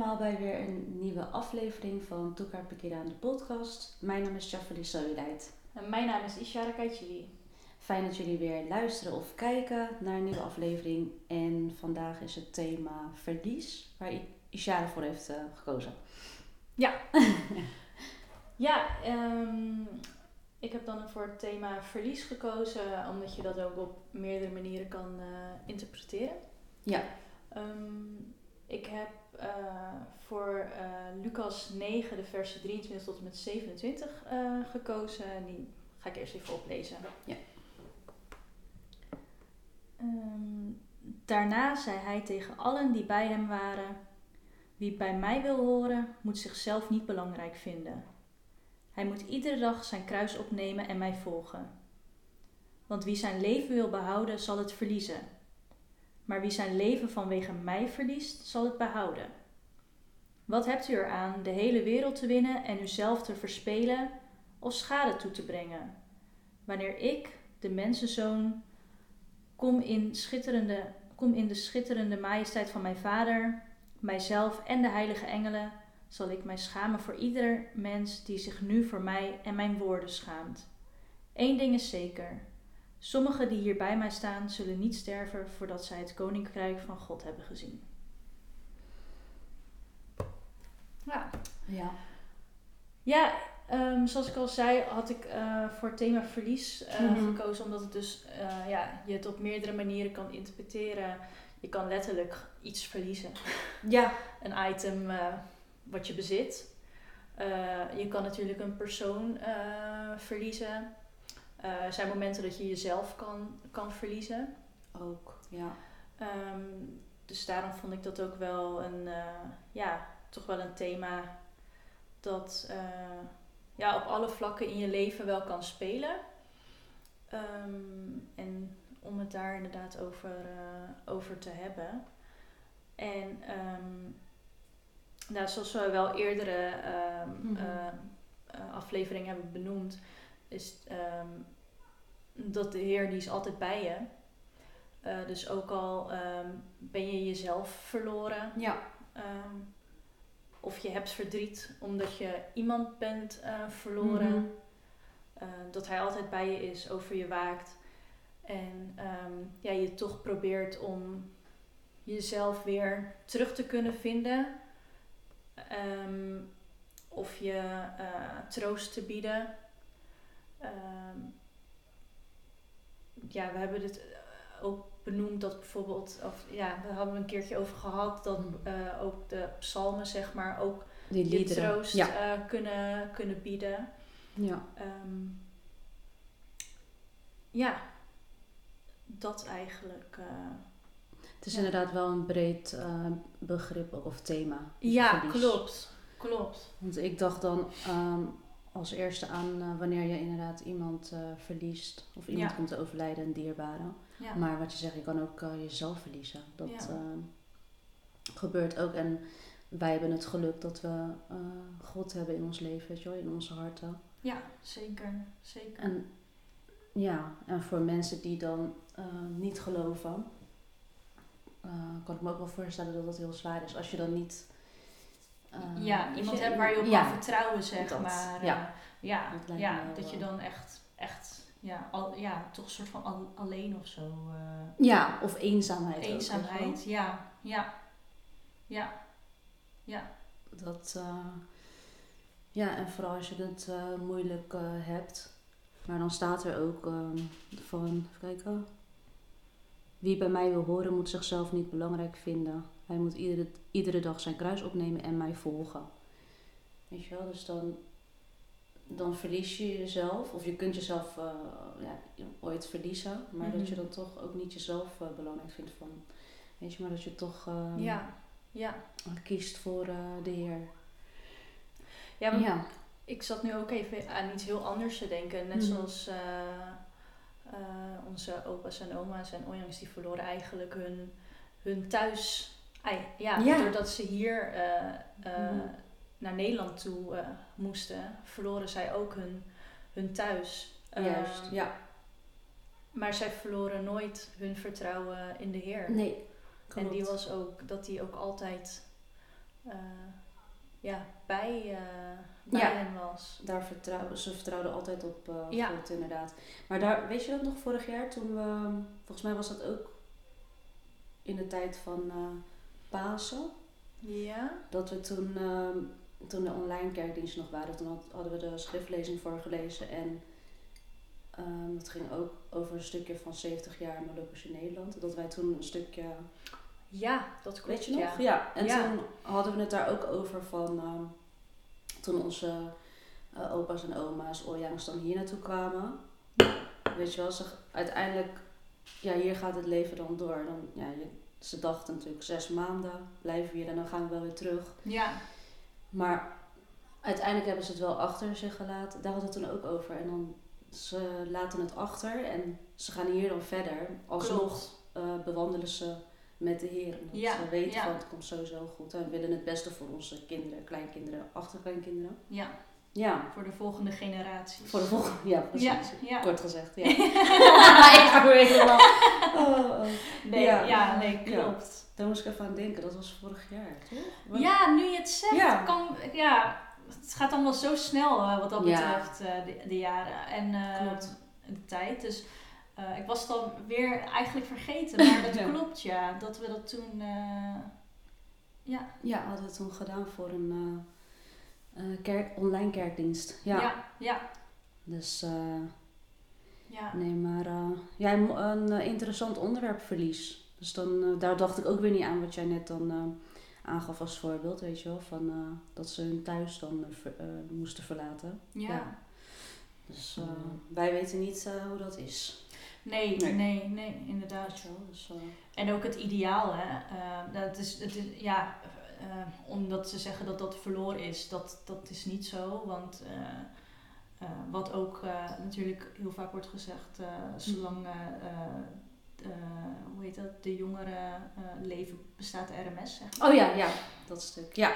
allemaal bij weer een nieuwe aflevering van Toekar Pekira aan de podcast. Mijn naam is Jafari Soledad. En mijn naam is Ishara Kaitjili. Fijn dat jullie weer luisteren of kijken naar een nieuwe aflevering. En vandaag is het thema verlies, waar Ishara voor heeft gekozen. Ja. Ik heb dan voor het thema verlies gekozen, omdat je dat ook op meerdere manieren kan interpreteren. Ja. Ik heb voor Lucas 9, de versen 23 tot en met 27 gekozen. En die ga ik eerst even oplezen. Ja. Daarna zei hij tegen allen die bij hem waren: wie bij mij wil horen, moet zichzelf niet belangrijk vinden. Hij moet iedere dag zijn kruis opnemen en mij volgen. Want wie zijn leven wil behouden, zal het verliezen. Maar wie zijn leven vanwege mij verliest, zal het behouden. Wat hebt u eraan de hele wereld te winnen en uzelf te verspelen of schade toe te brengen? Wanneer ik, de mensenzoon, kom in de schitterende majesteit van mijn Vader, mijzelf en de heilige engelen, zal ik mij schamen voor ieder mens die zich nu voor mij en mijn woorden schaamt. Eén ding is zeker. Sommigen die hier bij mij staan, zullen niet sterven voordat zij het koninkrijk van God hebben gezien. Ja, zoals ik al zei, had ik voor het thema verlies gekozen, omdat het dus je het op meerdere manieren kan interpreteren. Je kan letterlijk iets verliezen. Ja. Een item wat je bezit. Je kan natuurlijk een persoon verliezen. Er zijn momenten dat je jezelf kan verliezen. Ook, ja. Dus daarom vond ik dat ook wel toch wel een thema dat op alle vlakken in je leven wel kan spelen. En om het daar inderdaad over te hebben. En zoals we wel eerdere afleveringen hebben benoemd, is dat de Heer die is altijd bij je. Dus ook al ben je jezelf verloren. Ja. Of je hebt verdriet omdat je iemand bent verloren. Dat hij altijd bij je is, over je waakt. En je toch probeert om jezelf weer terug te kunnen vinden. Of je troost te bieden. We hebben dit ook benoemd dat bijvoorbeeld, we hadden een keertje over gehad dat ook de psalmen, zeg maar, ook die troost kunnen bieden. Ja. Dat eigenlijk. Het is inderdaad wel een breed begrip of thema. Ja, verlies. klopt. Want ik dacht dan als eerste aan wanneer je inderdaad iemand verliest of iemand komt te overlijden, een dierbare. Ja. Maar wat je zegt, je kan ook jezelf verliezen. Dat gebeurt ook. En wij hebben het geluk dat we God hebben in ons leven, weet je wel, in onze harten. Ja, zeker. En voor mensen die dan niet geloven, kan ik me ook wel voorstellen dat dat heel zwaar is. Als je dan niet... iemand hebt waar je op kan vertrouwen, zeg dat, maar. Dat je dan echt toch een soort van alleen of zo. Of eenzaamheid. Eenzaamheid, ja. Dat, en vooral als je het moeilijk hebt. Maar dan staat er ook van, even kijken. Wie bij mij wil horen, moet zichzelf niet belangrijk vinden. Hij moet iedere dag zijn kruis opnemen en mij volgen. Weet je wel, dus dan verlies je jezelf. Of je kunt jezelf ooit verliezen. Maar dat je dan toch ook niet jezelf belangrijk vindt. Weet je, maar dat je toch kiest voor de Heer. Ik zat nu ook even aan iets heel anders te denken. Net zoals onze opa's en oma's en onjangs, die verloren eigenlijk hun thuis. Doordat ze hier naar Nederland toe moesten, verloren zij ook hun thuis. Juist, Maar zij verloren nooit hun vertrouwen in de Heer. Nee, klopt. En die was ook, dat die ook altijd bij Ja. hen was. Ze vertrouwden altijd op Ja. God, inderdaad. Maar daar, weet je dat nog vorig jaar toen we, volgens mij was dat ook in de tijd van Pasen, Ja. dat we toen de online kerkdienst nog waren, toen hadden we de schriftlezing voorgelezen en dat ging ook over een stukje van 70 jaar Molukkers in Nederland. Dat wij toen een stukje, Ja, dat klopt. weet je nog? Ja. Ja. En Ja. toen hadden we het daar ook over van toen onze opa's en oma's Oljans dan hier naartoe kwamen. Weet je wel, uiteindelijk, ja, hier gaat het leven dan door. Dan, ja, ze dachten natuurlijk 6 maanden blijven we hier en dan gaan we wel weer terug. Ja. Maar uiteindelijk hebben ze het wel achter zich gelaten. Daar hadden we het toen ook over. En dan ze laten het achter en ze gaan hier dan verder. Alsnog bewandelen ze met de Heer. Omdat Ja, ze weten ja. van het komt sowieso goed. En we willen het beste voor onze kinderen, kleinkinderen, achterkleinkinderen. Ja, Ja, voor de volgende generaties. voor de volgende. Ja, precies. Ja, ja. Kort gezegd, ja. Ik ga weer helemaal. Oh. Nee, nee, klopt. Daar moest ik even aan denken. Dat was vorig jaar, toch? Ja, nu je het zegt, Ja. het gaat allemaal zo snel wat dat Ja. betreft, de jaren en Klopt. de tijd. Dus ik was het dan weer eigenlijk vergeten, maar dat Ja. klopt, ja. Dat we dat toen, Ja, hadden we toen gedaan voor een online kerkdienst. Ja. ja. Dus Ja. nee, maar een interessant onderwerp, verlies. Dus dan, daar dacht ik ook weer niet aan wat jij net dan aangaf als voorbeeld, weet je wel. Van dat ze hun thuis dan moesten verlaten. Ja. Ja. Dus wij weten niet hoe dat is. Nee, inderdaad. Weet je wel, dus, En ook het ideaal, hè. Het is, omdat ze zeggen dat dat verloren is, dat is niet zo. Want wat ook natuurlijk heel vaak wordt gezegd, zolang hoe heet dat, de jongeren leven, bestaat de RMS, zeg maar. Oh ja, dat stuk. Ja.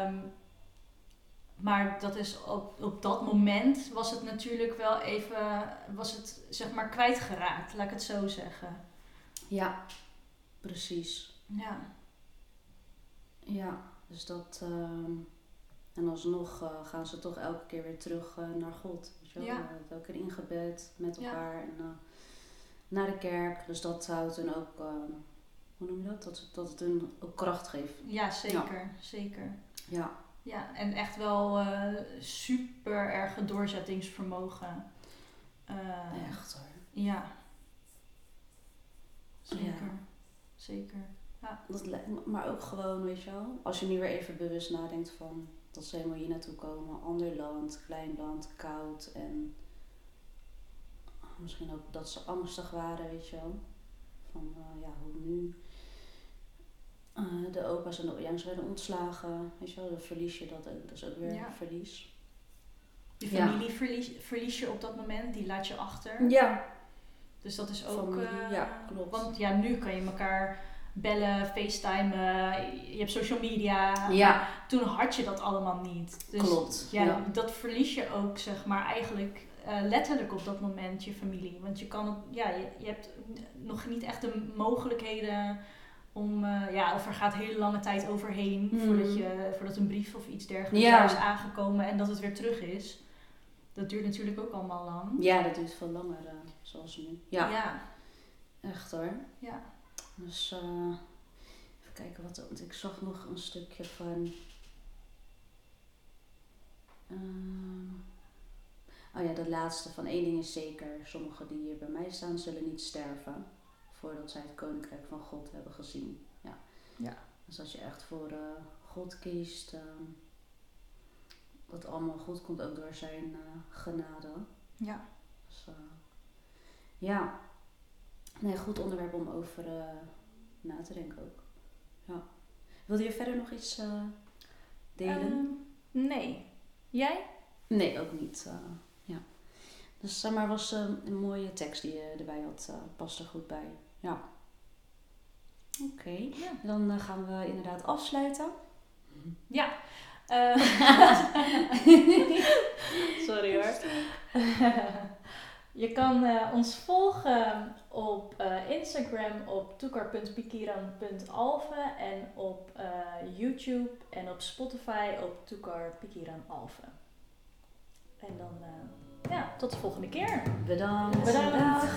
Maar dat is op dat moment was het natuurlijk wel even, was het zeg maar kwijtgeraakt, laat ik het zo zeggen. Ja, precies. Ja. Ja, dus dat. En alsnog gaan ze toch elke keer weer terug naar God. Weet je wel? Ja. Elke keer ingebed met Ja. elkaar en naar de kerk. Dus dat houdt hun ook, hoe noem je dat? Dat het hun ook kracht geeft. Ja, zeker, zeker. Ja. Ja, en echt wel super erg doorzettingsvermogen. Echt hoor. Ja. Zeker. Ja. Zeker. Maar ook gewoon, weet je wel, als je nu weer even bewust nadenkt van dat ze helemaal hier naartoe komen. Ander land, klein land, koud en misschien ook dat ze angstig waren, weet je wel. Van hoe nu de opa's en de oja's werden ontslagen, weet je wel, dan verlies je dat ook. Dat is ook weer verlies. Je familie verlies je op dat moment, die laat je achter. Ja. Dus dat is ook... Familie, ja, klopt. Want ja, nu kan je elkaar bellen, facetimen, je hebt social media. Ja. Toen had je dat allemaal niet. Dus Klopt. ja, dat verlies je ook, zeg maar, eigenlijk letterlijk op dat moment je familie. Want je kan het, je hebt nog niet echt de mogelijkheden om, of er gaat hele lange tijd overheen voordat een brief of iets dergelijks is aangekomen en dat het weer terug is. Dat duurt natuurlijk ook allemaal lang. Ja, dat duurt veel langer, zoals nu. Ja. Echt hoor. Ja. Dus even kijken want ik zag nog een stukje van. Dat laatste van één ding is zeker: sommigen die hier bij mij staan zullen niet sterven voordat zij het koninkrijk van God hebben gezien. Ja. Dus als je echt voor God kiest, dat allemaal goed komt ook door zijn genade. Ja. Dus, nee, goed onderwerp om over na te denken ook. Ja. Wilde je verder nog iets delen? Nee. Jij? Nee, ook niet. Dus maar was een mooie tekst die je erbij had. Past er goed bij. Ja. Oké. Ja. Dan gaan we inderdaad afsluiten. Ja. Sorry hoor. Je kan ons volgen op Instagram op toekar.pikiran.alve en op YouTube en op Spotify op Toekar Pikiran Alve. En dan tot de volgende keer. Bedankt. Bedankt.